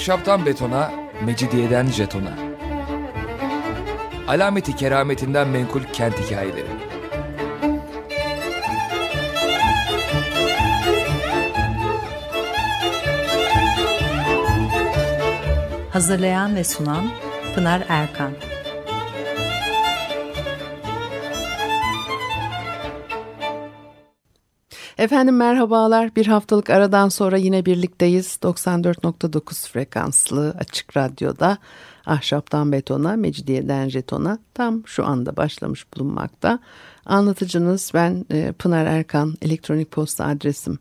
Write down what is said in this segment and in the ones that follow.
Ahşaptan betona, mecidiyeden jetona. Alameti kerametinden menkul kent hikayeleri. Hazırlayan ve sunan Pınar Erkan. Efendim merhabalar. Bir haftalık aradan sonra yine birlikteyiz. 94.9 frekanslı Açık Radyo'da Ahşaptan Betona, Mecidiyeden Jeton'a tam şu anda başlamış bulunmakta. Anlatıcınız ben Pınar Erkan. Elektronik posta adresim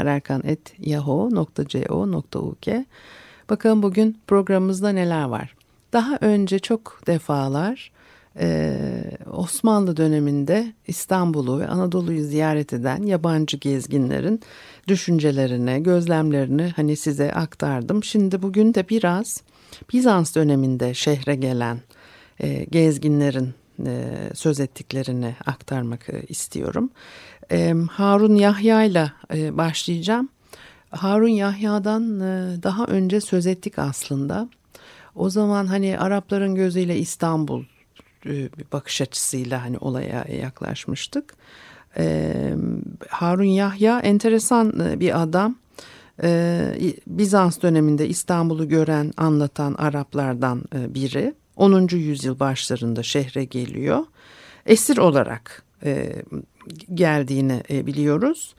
pinarerkan@yahoo.co.uk. Bakalım bugün programımızda neler var. Daha önce çok defalar Osmanlı döneminde İstanbul'u ve Anadolu'yu ziyaret eden yabancı gezginlerin düşüncelerini, gözlemlerini hani size aktardım. Şimdi bugün de biraz Bizans döneminde şehre gelen gezginlerin söz ettiklerini aktarmak istiyorum. Harun Yahya ile başlayacağım. Harun Yahya'dan daha önce söz ettik aslında. O zaman hani Arapların gözüyle İstanbul bir bakış açısıyla hani olaya yaklaşmıştık. Harun Yahya enteresan bir adam. Bizans döneminde İstanbul'u gören, anlatan Araplardan biri. 10. yüzyıl başlarında şehre geliyor. Esir olarak geldiğini biliyoruz.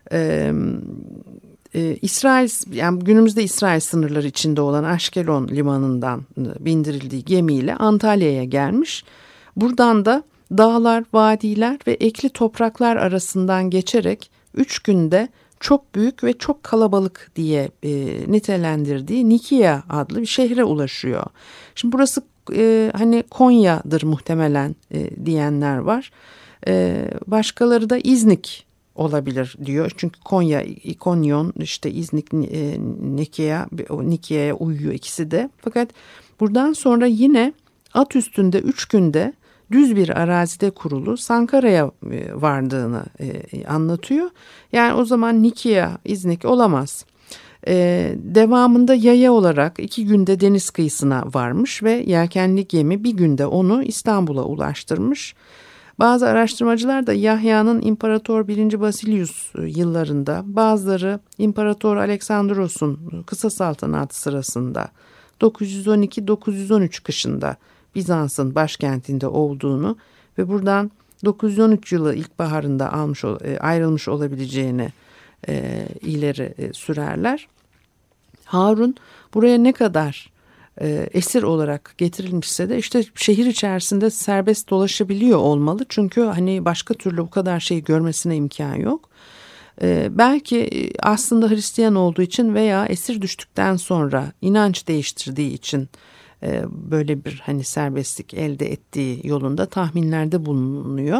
İsrail, yani günümüzde İsrail sınırları içinde olan Aşkelon limanından bindirildiği gemiyle Antalya'ya gelmiş. Buradan da dağlar, vadiler ve ekli topraklar arasından geçerek 3 günde çok büyük ve çok kalabalık diye nitelendirdiği Nikea adlı bir şehre ulaşıyor. Şimdi burası hani Konya'dır muhtemelen diyenler var. Başkaları da İznik olabilir diyor. Çünkü Konya, İkonyon, işte İznik, Nikea'ya uyuyor ikisi de. Fakat buradan sonra yine at üstünde 3 günde düz bir arazide kurulu Sankara'ya vardığını anlatıyor. Yani o zaman Nikea, İznik olamaz. Devamında yaya olarak 2 günde deniz kıyısına varmış ve yelkenli gemi bir günde onu İstanbul'a ulaştırmış. Bazı araştırmacılar da Yahya'nın İmparator 1. Basilius yıllarında, bazıları İmparator Aleksandros'un kısa saltanatı sırasında 912-913 kışında Bizans'ın başkentinde olduğunu ve buradan 913 yılı ilkbaharında ayrılmış olabileceğini ileri sürerler. Harun buraya ne kadar esir olarak getirilmişse de işte şehir içerisinde serbest dolaşabiliyor olmalı. Çünkü hani başka türlü bu kadar şeyi görmesine imkan yok. Belki aslında Hristiyan olduğu için veya esir düştükten sonra inanç değiştirdiği için böyle bir hani serbestlik elde ettiği yolunda tahminlerde bulunuyor.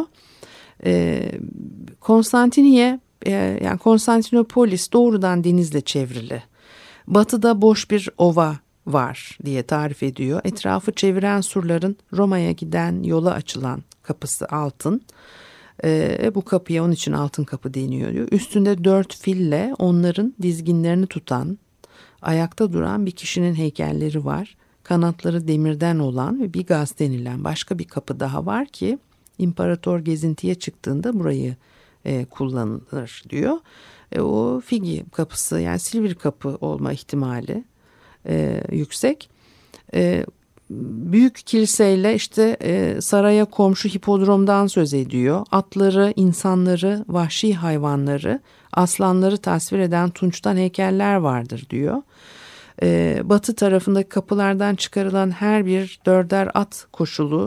Konstantiniye, yani Konstantinopolis doğrudan denizle çevrili. Batıda boş bir ova var diye tarif ediyor. Etrafı çeviren surların Roma'ya giden yola açılan kapısı altın. Bu kapıya onun için altın kapı deniyor diyor. Üstünde 4 fille onların dizginlerini tutan, ayakta duran bir kişinin heykelleri var. Kanatları demirden olan ve Bigas denilen başka bir kapı daha var ki imparator gezintiye çıktığında burayı kullanılır diyor. O Figi kapısı, yani Silivri kapı olma ihtimali yüksek. Büyük kiliseyle işte saraya komşu hipodromdan söz ediyor. Atları, insanları, vahşi hayvanları, aslanları tasvir eden tunçtan heykeller vardır diyor. Batı tarafındaki kapılardan çıkarılan her bir 4'er at koşulu,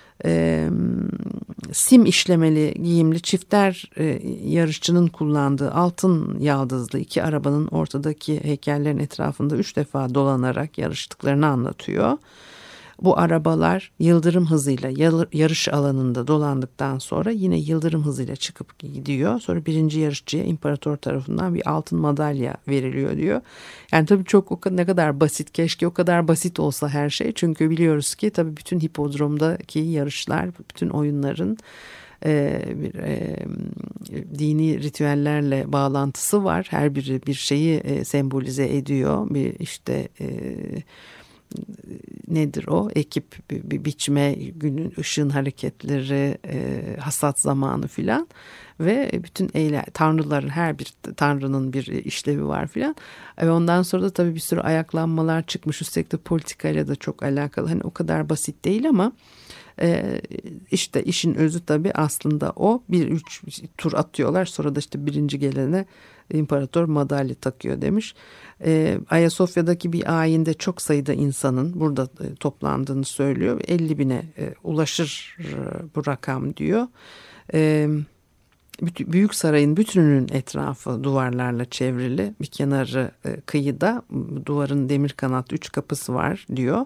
sim işlemeli giyimli çifter yarışçının kullandığı altın yaldızlı 2 arabanın ortadaki heykellerin etrafında 3 defa dolanarak yarıştıklarını anlatıyor. Bu arabalar yıldırım hızıyla yarış alanında dolandıktan sonra yine yıldırım hızıyla çıkıp gidiyor. Sonra birinci yarışçıya imparator tarafından bir altın madalya veriliyor diyor. Yani tabii çok ne kadar basit, keşke o kadar basit olsa her şey. Çünkü biliyoruz ki tabii bütün hipodromdaki yarışlar, bütün oyunların bir dini ritüellerle bağlantısı var. Her biri bir şeyi sembolize ediyor. Bir işte nedir o? Ekip, biçme, günün ışığın hareketleri, hasat zamanı filan ve bütün tanrıların her bir tanrının bir işlevi var filan. Ondan sonra da tabii bir sürü ayaklanmalar çıkmış. Üstelik de politikayla da çok alakalı. Hani o kadar basit değil ama işte işin özü tabii aslında o. 3 tur atıyorlar. Sonra da işte birinci gelene imparator madalya takıyor demiş. Ayasofya'daki bir ayinde çok sayıda insanın burada toplandığını söylüyor. 50.000'e ulaşır bu rakam diyor. Büyük sarayın bütününün etrafı duvarlarla çevrili, bir kenarı kıyıda, duvarın demir kanatlı 3 kapısı var diyor.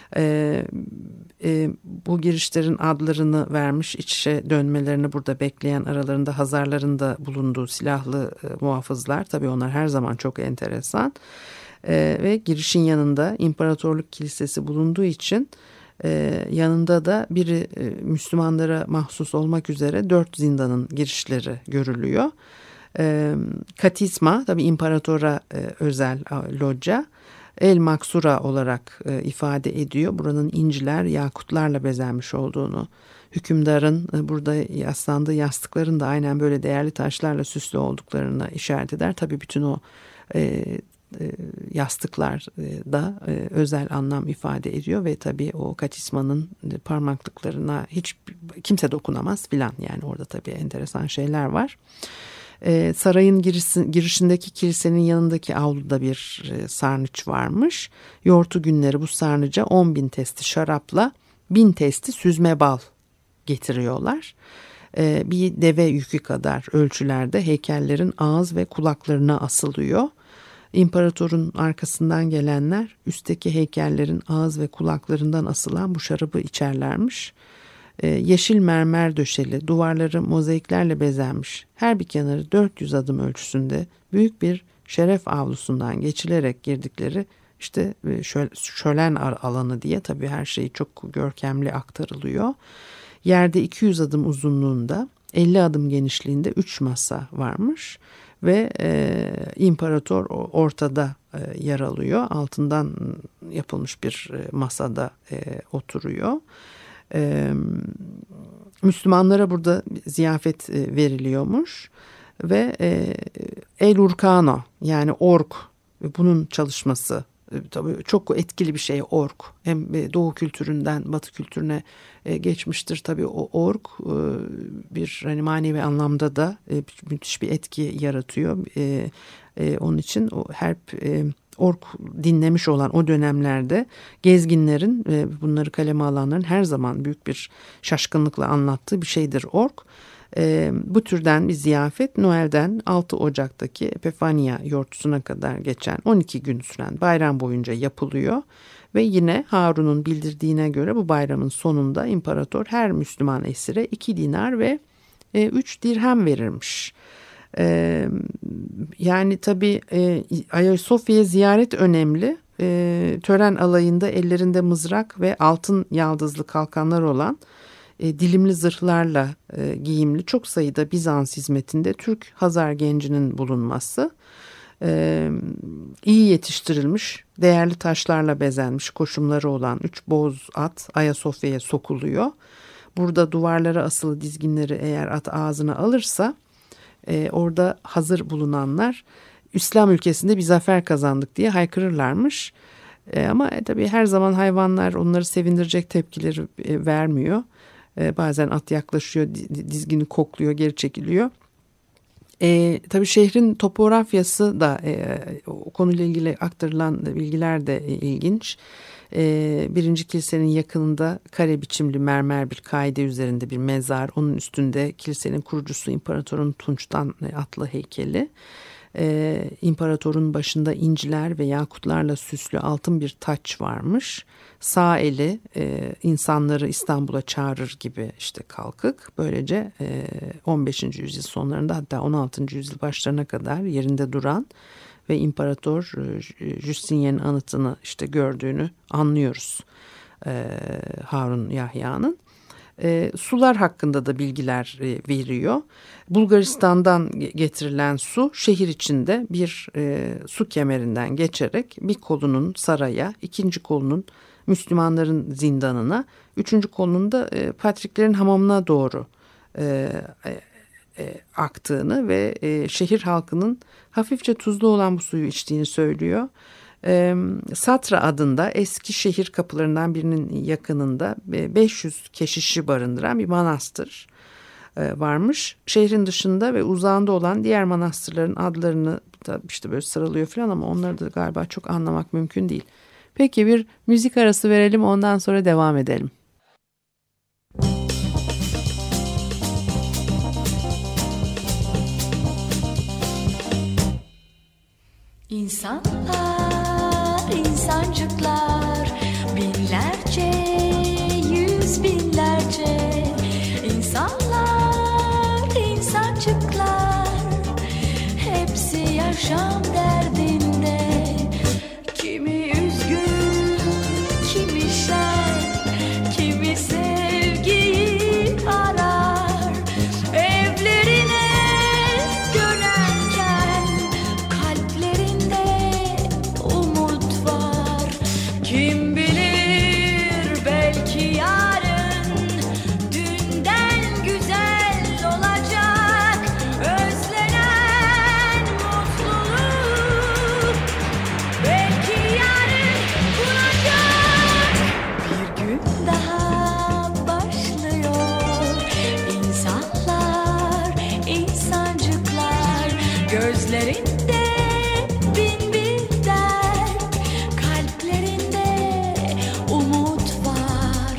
Bu girişlerin adlarını vermiş, iç içe dönmelerini burada bekleyen, aralarında Hazarların da bulunduğu silahlı muhafızlar. Tabii onlar her zaman çok enteresan. Ve girişin yanında İmparatorluk Kilisesi bulunduğu için yanında da biri Müslümanlara mahsus olmak üzere 4 zindanın girişleri görülüyor. Katisma tabii imparatora özel locca. El Maksura olarak ifade ediyor. Buranın inciler, yakutlarla bezenmiş olduğunu, hükümdarın burada yaslandığı yastıkların da aynen böyle değerli taşlarla süslü olduklarını işaret eder. Tabii bütün o yastıklar da özel anlam ifade ediyor ve tabii o katismanın parmaklıklarına hiç kimse dokunamaz filan, yani orada tabii enteresan şeyler var. Sarayın girişindeki kilisenin yanındaki avluda bir sarnıç varmış. Yortu günleri bu sarnıca 10.000 testi şarapla 1000 testi süzme bal getiriyorlar. Bir deve yükü kadar ölçülerde heykellerin ağız ve kulaklarına asılıyor. İmparatorun arkasından gelenler üstteki heykellerin ağız ve kulaklarından asılan bu şarabı içerlermiş. Yeşil mermer döşeli, duvarları mozaiklerle bezenmiş, her bir kenarı 400 adım ölçüsünde büyük bir şeref avlusundan geçilerek girdikleri işte şölen alanı diye tabii her şey çok görkemli aktarılıyor. Yerde 200 adım uzunluğunda, 50 adım genişliğinde 3 masa varmış ve imparator ortada yer alıyor. Altından yapılmış bir masada oturuyor. Müslümanlara burada ziyafet veriliyormuş ve El Urkano, yani org, bunun çalışması tabii çok etkili bir şey org. Hem Doğu kültüründen Batı kültürüne geçmiştir tabii o org, bir hani manevi anlamda da müthiş bir etki yaratıyor. Onun için o her org dinlemiş olan o dönemlerde gezginlerin, bunları kaleme alanların her zaman büyük bir şaşkınlıkla anlattığı bir şeydir org. Bu türden bir ziyafet Noel'den 6 Ocak'taki Epifania yortusuna kadar geçen 12 gün süren bayram boyunca yapılıyor. Ve yine Harun'un bildirdiğine göre bu bayramın sonunda imparator her Müslüman esire 2 dinar ve 3 dirhem verirmiş. Yani tabii Ayasofya'ya ziyaret önemli. Tören alayında ellerinde mızrak ve altın yaldızlı kalkanlar olan dilimli zırhlarla giyimli çok sayıda Bizans hizmetinde Türk Hazar gencinin bulunması, iyi yetiştirilmiş, değerli taşlarla bezenmiş koşumları olan 3 boz at Ayasofya'ya sokuluyor. Burada duvarlara asılı dizginleri eğer at ağzına alırsa orada hazır bulunanlar İslam ülkesinde bir zafer kazandık diye haykırırlarmış. Ama tabii her zaman hayvanlar onları sevindirecek tepkileri vermiyor. Bazen at yaklaşıyor, dizgini kokluyor, geri çekiliyor. Tabii şehrin topografyası da o konuyla ilgili aktarılan bilgiler de ilginç. Birinci kilisenin yakınında kare biçimli mermer bir kaide üzerinde bir mezar. Onun üstünde kilisenin kurucusu İmparatorun Tunç'tan atlı heykeli. İmparatorun başında inciler ve yakutlarla süslü altın bir taç varmış. Sağ eli insanları İstanbul'a çağırır gibi işte kalkık. Böylece 15. yüzyıl sonlarında, hatta 16. yüzyıl başlarına kadar yerinde duran ve İmparator Justinian'ın anıtını işte gördüğünü anlıyoruz Harun Yahya'nın. Sular hakkında da bilgiler veriyor. Bulgaristan'dan getirilen su şehir içinde bir su kemerinden geçerek bir kolunun saraya, ikinci kolunun Müslümanların zindanına, üçüncü kolunun da Patriklerin hamamına doğru aktığını ve şehir halkının hafifçe tuzlu olan bu suyu içtiğini söylüyor. Satra adında eski şehir kapılarından birinin yakınında 500 keşişi barındıran bir manastır varmış. Şehrin dışında ve uzağında olan diğer manastırların adlarını da işte böyle sıralıyor falan ama onları da galiba çok anlamak mümkün değil. Peki bir müzik arası verelim, ondan sonra devam edelim. İnsanlar, insancıklar, binlerce, yüz binlerce. İnsanlar, insancıklar, hepsi yaşam derdinde. Kimi üzgün, kimi şen, kimi sevgiyi arar. Evlerine dönerken kalplerinde umut var. Kim bilir, belki yarın dünden güzel olacak. Özlenen mutluluk belki yarın bulacak. Bir gün daha başlıyor. İnsanlar, insancıklar, gözlerinde bin bir dert, kalplerinde umut var.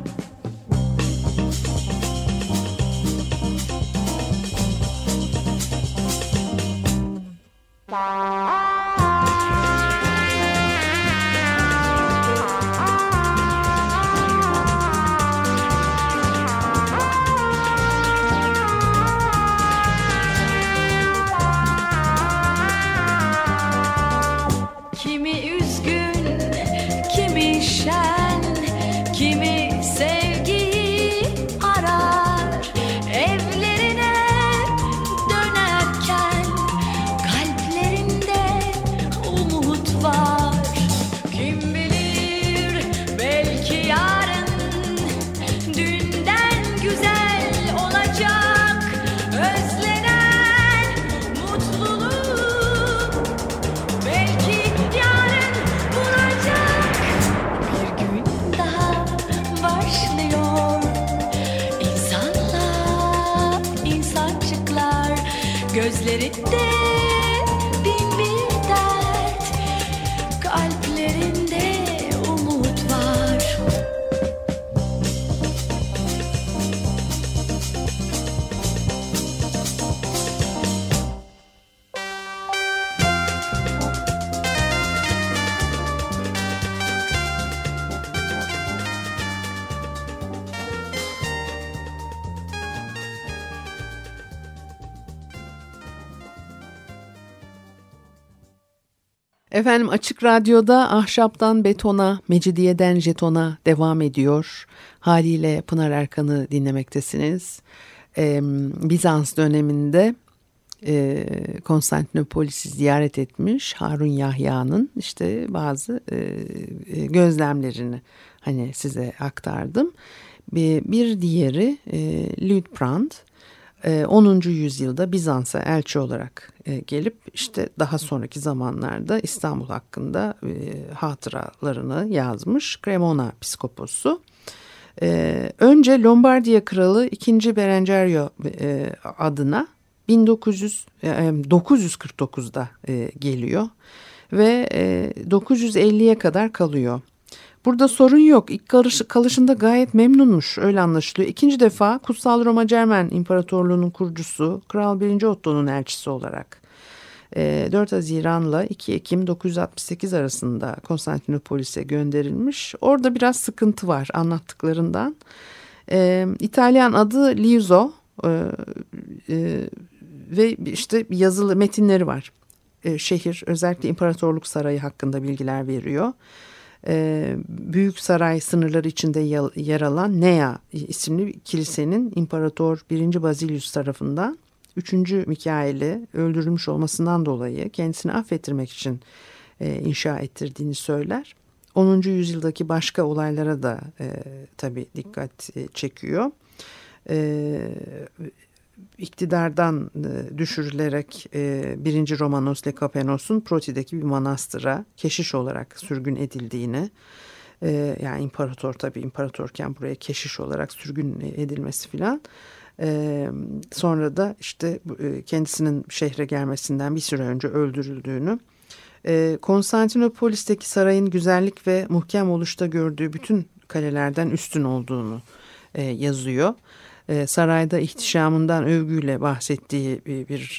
Kimi üzgün, kimi şen, kimi sevgiyi arar. Evlerine dönerken kalplerinde umut var. Kim bilir, belki yarın dünden güzel olacak. Özlenen mutluluk belki yarın bulacak. Bir gün daha başlıyor. İnsanlar, insancıklar, gözlerinde bin bir dert, kalplerinde umut var. Efendim, Açık Radyo'da Ahşaptan Betona, Mecidiyeden Jeton'a devam ediyor. Haliyle Pınar Erkan'ı dinlemektesiniz. Bizans döneminde Konstantinopolis'i ziyaret etmiş Harun Yahya'nın işte bazı gözlemlerini hani size aktardım. Bir diğeri Liutprand 10. yüzyılda Bizans'a elçi olarak gelip işte daha sonraki zamanlarda İstanbul hakkında hatıralarını yazmış Cremona Piskoposu. Önce Lombardiya Kralı 2. Berengario adına 949'da geliyor ve 950'ye kadar kalıyor. Burada sorun yok. İlk kalışında gayet memnunmuş, öyle anlaşılıyor. İkinci defa Kutsal Roma Cermen İmparatorluğu'nun kurucusu Kral 1. Otto'nun elçisi olarak 4 Haziran'la 2 Ekim 968 arasında Konstantinopolis'e gönderilmiş. Orada biraz sıkıntı var anlattıklarından. İtalyan adı Liuzzo ve işte yazılı metinleri var. Şehir, özellikle İmparatorluk Sarayı hakkında bilgiler veriyor. Büyük Saray sınırları içinde yer alan Nea isimli kilisenin İmparator 1. Bazilius tarafından 3. Mikail'i öldürülmüş olmasından dolayı kendisini affettirmek için inşa ettirdiğini söyler. 10. yüzyıldaki başka olaylara da tabii dikkat çekiyor. İktidardan düşürülerek 1. Romanos Lekapenos'un Proti'deki bir manastıra keşiş olarak sürgün edildiğini, yani imparator tabii imparatorken buraya keşiş olarak sürgün edilmesi filan. Sonra da işte kendisinin şehre gelmesinden bir süre önce öldürüldüğünü, Konstantinopolis'teki sarayın güzellik ve muhkem oluşta gördüğü bütün kalelerden üstün olduğunu yazıyor. Sarayda ihtişamından övgüyle bahsettiği bir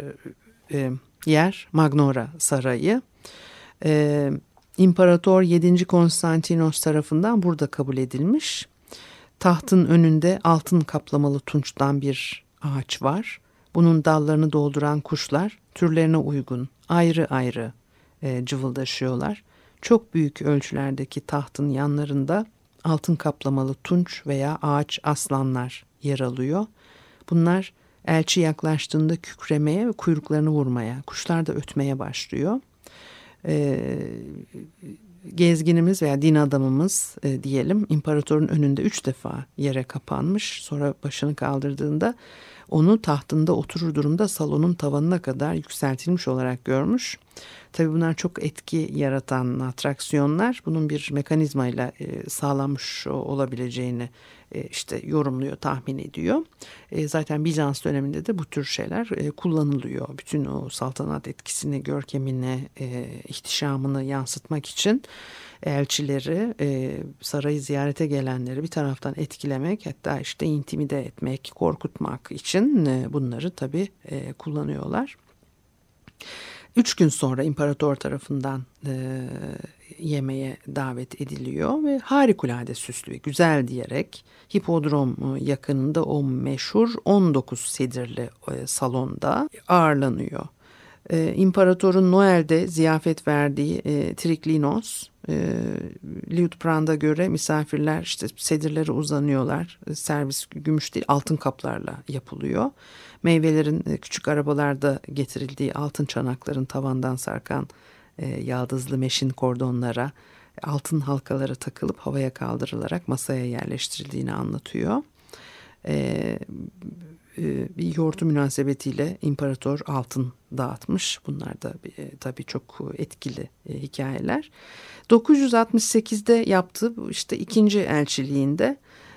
yer Magnora Sarayı. İmparator 7. Konstantinos tarafından burada kabul edilmiş. Tahtın önünde altın kaplamalı tunçtan bir ağaç var. Bunun dallarını dolduran kuşlar türlerine uygun ayrı ayrı cıvıldaşıyorlar. Çok büyük ölçülerdeki tahtın yanlarında altın kaplamalı tunç veya ağaç aslanlar yer alıyor. Bunlar elçi yaklaştığında kükremeye ve kuyruklarını vurmaya, kuşlar da ötmeye başlıyor. Gezginimiz veya din adamımız diyelim imparatorun önünde 3 defa yere kapanmış. Sonra başını kaldırdığında onu tahtında oturur durumda salonun tavanına kadar yükseltilmiş olarak görmüş. Tabii bunlar çok etki yaratan atraksiyonlar. Bunun bir mekanizmayla sağlanmış olabileceğini işte yorumluyor, tahmin ediyor. Zaten Bizans döneminde de bu tür şeyler kullanılıyor. Bütün o saltanat etkisini, görkemini, ihtişamını yansıtmak için elçileri, sarayı ziyarete gelenleri bir taraftan etkilemek, hatta işte intimide etmek, korkutmak için bunları tabii kullanıyorlar. 3 gün sonra imparator tarafından yemeğe davet ediliyor ve harikulade süslü ve güzel diyerek hipodrom yakınında o meşhur 19 sedirli salonda ağırlanıyor. İmparatorun Noel'de ziyafet verdiği Triklinos, Liutprand'a göre misafirler işte sedirlere uzanıyorlar. Servis gümüş değil altın kaplarla yapılıyor. Meyvelerin küçük arabalarda getirildiği altın çanakların tavandan sarkan yaldızlı meşin kordonlara, altın halkalara takılıp havaya kaldırılarak masaya yerleştirildiğini anlatıyor. Bir yoğurtu münasebetiyle imparator altın dağıtmış. Bunlar da tabii çok etkili hikayeler. 968'de yaptığı işte ikinci elçiliğinde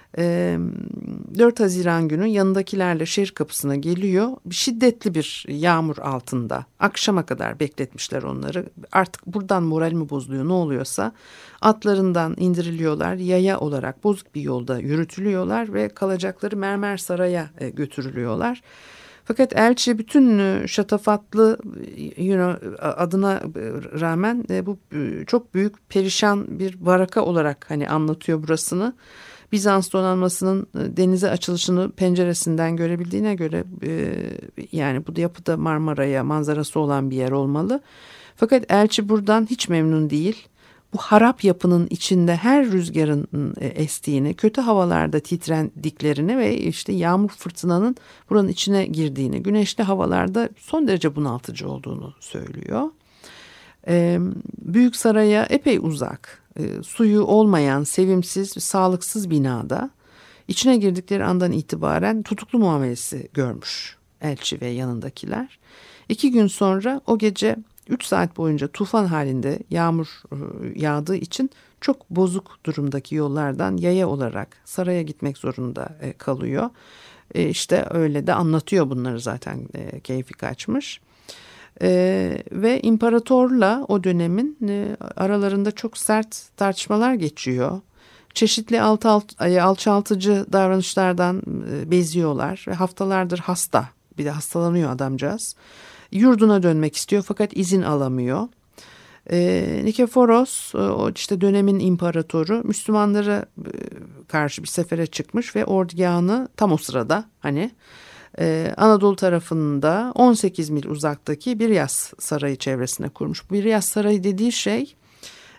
4 Haziran günü yanındakilerle şehir kapısına geliyor. Şiddetli bir yağmur altında akşama kadar bekletmişler onları. Artık buradan moral mi bozuluyor ne oluyorsa atlarından indiriliyorlar. Yaya olarak bozuk bir yolda yürütülüyorlar ve kalacakları Mermer Saray'a götürülüyorlar. Fakat elçi bütün şatafatlı adına rağmen bu çok büyük perişan bir baraka olarak hani anlatıyor burasını. Bizans donanmasının denize açılışını penceresinden görebildiğine göre yani bu yapıda Marmara'ya manzarası olan bir yer olmalı. Fakat elçi buradan hiç memnun değil. Bu harap yapının içinde her rüzgarın estiğini, kötü havalarda titrendiklerini ve işte yağmur fırtınanın buranın içine girdiğini, güneşli havalarda son derece bunaltıcı olduğunu söylüyor. Büyük saraya epey uzak, suyu olmayan, sevimsiz, sağlıksız binada içine girdikleri andan itibaren tutuklu muamelesi görmüş elçi ve yanındakiler. 2 gün sonra o gece 3 saat boyunca tufan halinde yağmur yağdığı için çok bozuk durumdaki yollardan yaya olarak saraya gitmek zorunda kalıyor. İşte öyle de anlatıyor bunları zaten keyfi kaçmış. Ve imparatorla o dönemin aralarında çok sert tartışmalar geçiyor. Çeşitli alçaltıcı davranışlardan beziyorlar ve haftalardır hasta, bir de hastalanıyor adamcağız. Yurduna dönmek istiyor fakat izin alamıyor. Nikeforos o işte dönemin imparatoru Müslümanlara karşı bir sefere çıkmış ve ordugahını tam o sırada hani Anadolu tarafında 18 mil uzaktaki Biryas Sarayı çevresine kurmuş. Biryas Sarayı dediği şey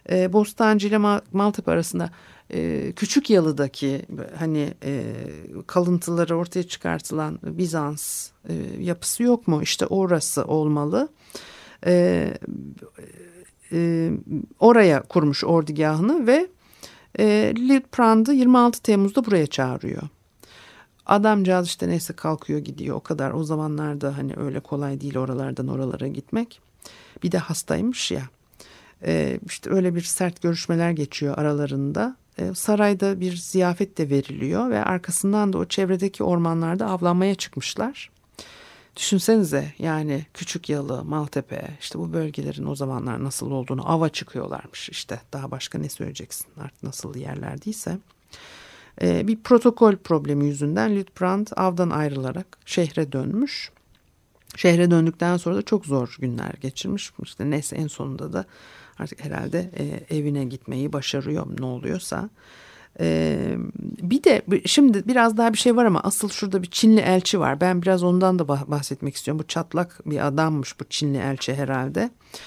Bostancı ile Maltepe arasında Küçük Yalı'daki hani kalıntıları ortaya çıkartılan Bizans yapısı yok mu? İşte orası olmalı. Oraya kurmuş ordugahını ve Liutprand'ı 26 Temmuz'da buraya çağırıyor. Adamcağız işte neyse kalkıyor gidiyor. O kadar o zamanlarda hani öyle kolay değil oralardan oralara gitmek. Bir de hastaymış ya. İşte öyle bir sert görüşmeler geçiyor aralarında. Sarayda bir ziyafet de veriliyor ve arkasından da o çevredeki ormanlarda avlanmaya çıkmışlar. Düşünsenize yani Küçük Yalı, Maltepe işte bu bölgelerin o zamanlar nasıl olduğunu ava çıkıyorlarmış işte daha başka ne söyleyeceksin artık nasıl yerlerdiyse. Bir protokol problemi yüzünden Liutprand avdan ayrılarak şehre dönmüş. Şehre döndükten sonra da çok zor günler geçirmiş. İşte neyse en sonunda da artık herhalde evine gitmeyi başarıyor ne oluyorsa. Bir de şimdi biraz daha bir şey var ama asıl şurada bir Çinli elçi var. Ben biraz ondan da bahsetmek istiyorum. Bu çatlak bir adammış bu Çinli elçi herhalde.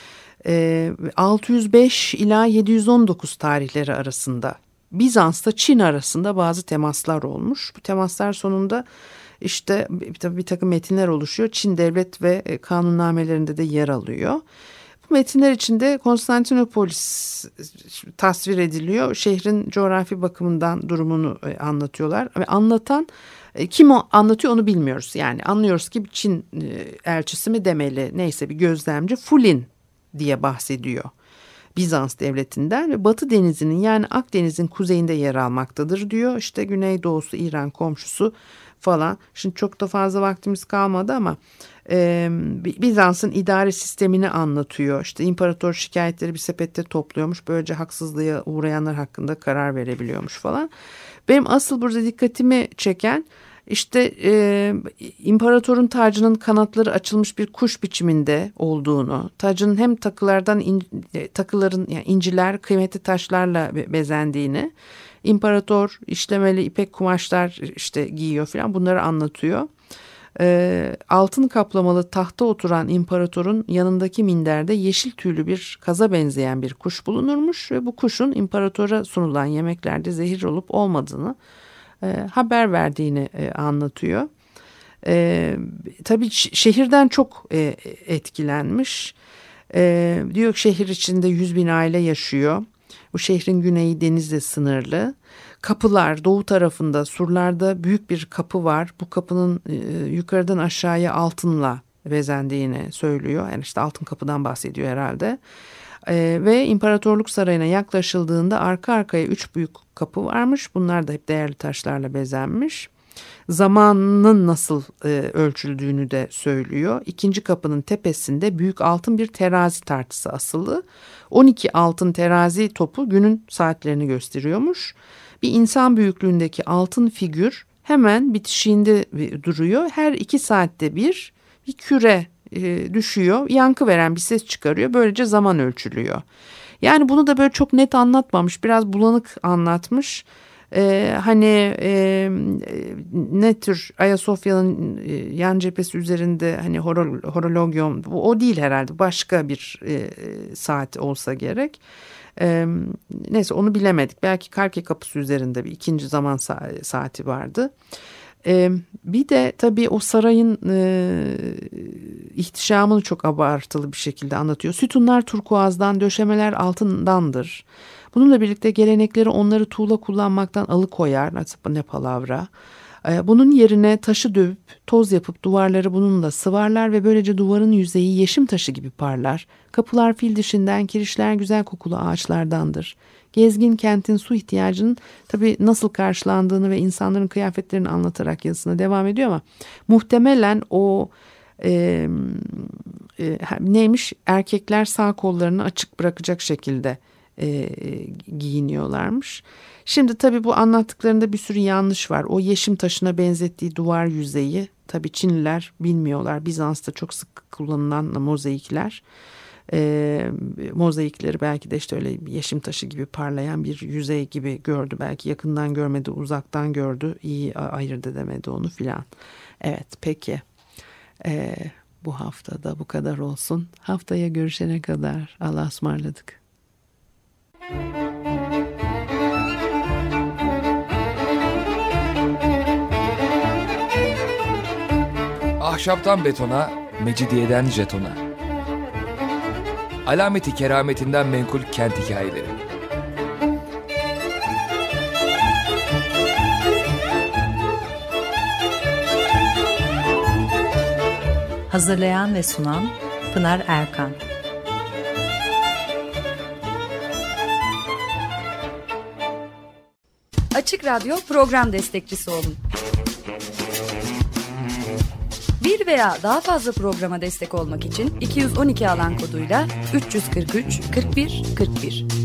605 ila 719 tarihleri arasında Bizans'ta Çin arasında bazı temaslar olmuş. Bu temaslar sonunda işte bir takım metinler oluşuyor. Çin devlet ve kanunnamelerinde de yer alıyor. Bu metinler içinde Konstantinopolis tasvir ediliyor. Şehrin coğrafi bakımından durumunu anlatıyorlar. Ve anlatan kim anlatıyor onu bilmiyoruz. Yani anlıyoruz ki Çin elçisi mi demeli neyse bir gözlemci Fulin diye bahsediyor. Bizans devletinden ve Batı Denizi'nin yani Akdeniz'in kuzeyinde yer almaktadır diyor. İşte güneydoğusu İran komşusu falan. Şimdi çok da fazla vaktimiz kalmadı ama Bizans'ın idare sistemini anlatıyor. İşte imparator şikayetleri bir sepette topluyormuş. Böylece haksızlığa uğrayanlar hakkında karar verebiliyormuş falan. Benim asıl burada dikkatimi çeken işte imparatorun tacının kanatları açılmış bir kuş biçiminde olduğunu, tacının hem takıların yani inciler, kıymetli taşlarla bezendiğini, imparator işlemeli ipek kumaşlar işte giyiyor falan bunları anlatıyor. Altın kaplamalı tahta oturan imparatorun yanındaki minderde yeşil tüylü bir kaza benzeyen bir kuş bulunurmuş ve bu kuşun imparatora sunulan yemeklerde zehir olup olmadığını haber verdiğini anlatıyor. Tabii şehirden çok etkilenmiş. Diyor ki şehir içinde 100.000 aile yaşıyor. Bu şehrin güneyi denizle sınırlı. Kapılar doğu tarafında surlarda büyük bir kapı var. Bu kapının yukarıdan aşağıya altınla bezendiğini söylüyor. Yani işte altın kapıdan bahsediyor herhalde. Ve İmparatorluk Sarayı'na yaklaşıldığında arka arkaya 3 büyük kapı varmış. Bunlar da hep değerli taşlarla bezenmiş. Zamanın nasıl ölçüldüğünü de söylüyor. İkinci kapının tepesinde büyük altın bir terazi tartısı asılı. 12 altın terazi topu günün saatlerini gösteriyormuş. Bir insan büyüklüğündeki altın figür hemen bitişiğinde duruyor. Her 2 saatte bir küre düşüyor, yankı veren bir ses çıkarıyor. Böylece zaman ölçülüyor. Yani bunu da böyle çok net anlatmamış, biraz bulanık anlatmış. Ne tür Ayasofya'nın yan cephesi üzerinde hani horologyon o değil herhalde başka bir saat olsa gerek. Neyse onu bilemedik. Belki Karke Kapısı üzerinde bir ikinci zaman saati vardı. Bir de tabii o sarayın ihtişamını çok abartılı bir şekilde anlatıyor. Sütunlar turkuazdan, döşemeler altındandır. Bununla birlikte gelenekleri onları tuğla kullanmaktan alıkoyar. Ne palavra. Bunun yerine taşı dövüp toz yapıp duvarları bununla sıvarlar ve böylece duvarın yüzeyi yeşim taşı gibi parlar. Kapılar fil dişinden, kirişler güzel kokulu ağaçlardandır. Gezgin kentin su ihtiyacının tabii nasıl karşılandığını ve insanların kıyafetlerini anlatarak yazısına devam ediyor ama muhtemelen o neymiş erkekler sağ kollarını açık bırakacak şekilde giyiniyorlarmış. Şimdi tabii bu anlattıklarında bir sürü yanlış var. O yeşim taşına benzettiği duvar yüzeyi tabii Çinliler bilmiyorlar. Bizans'ta çok sık kullanılan mozaikler. Mozaikleri belki de işte öyle yeşim taşı gibi parlayan bir yüzey gibi gördü. Belki yakından görmedi, uzaktan gördü. İyi ayırt edemedi onu filan. Evet peki. Bu haftada bu kadar olsun. Haftaya görüşene kadar Allah'a ısmarladık. Ahşaptan betona, mecidiyeden jetona. Alameti kerametinden menkul kent hikayeleri. Hazırlayan ve sunan Pınar Erkan. Açık Radyo program destekçisi olun. Bir veya daha fazla programa destek olmak için 212 alan koduyla 343 41 41.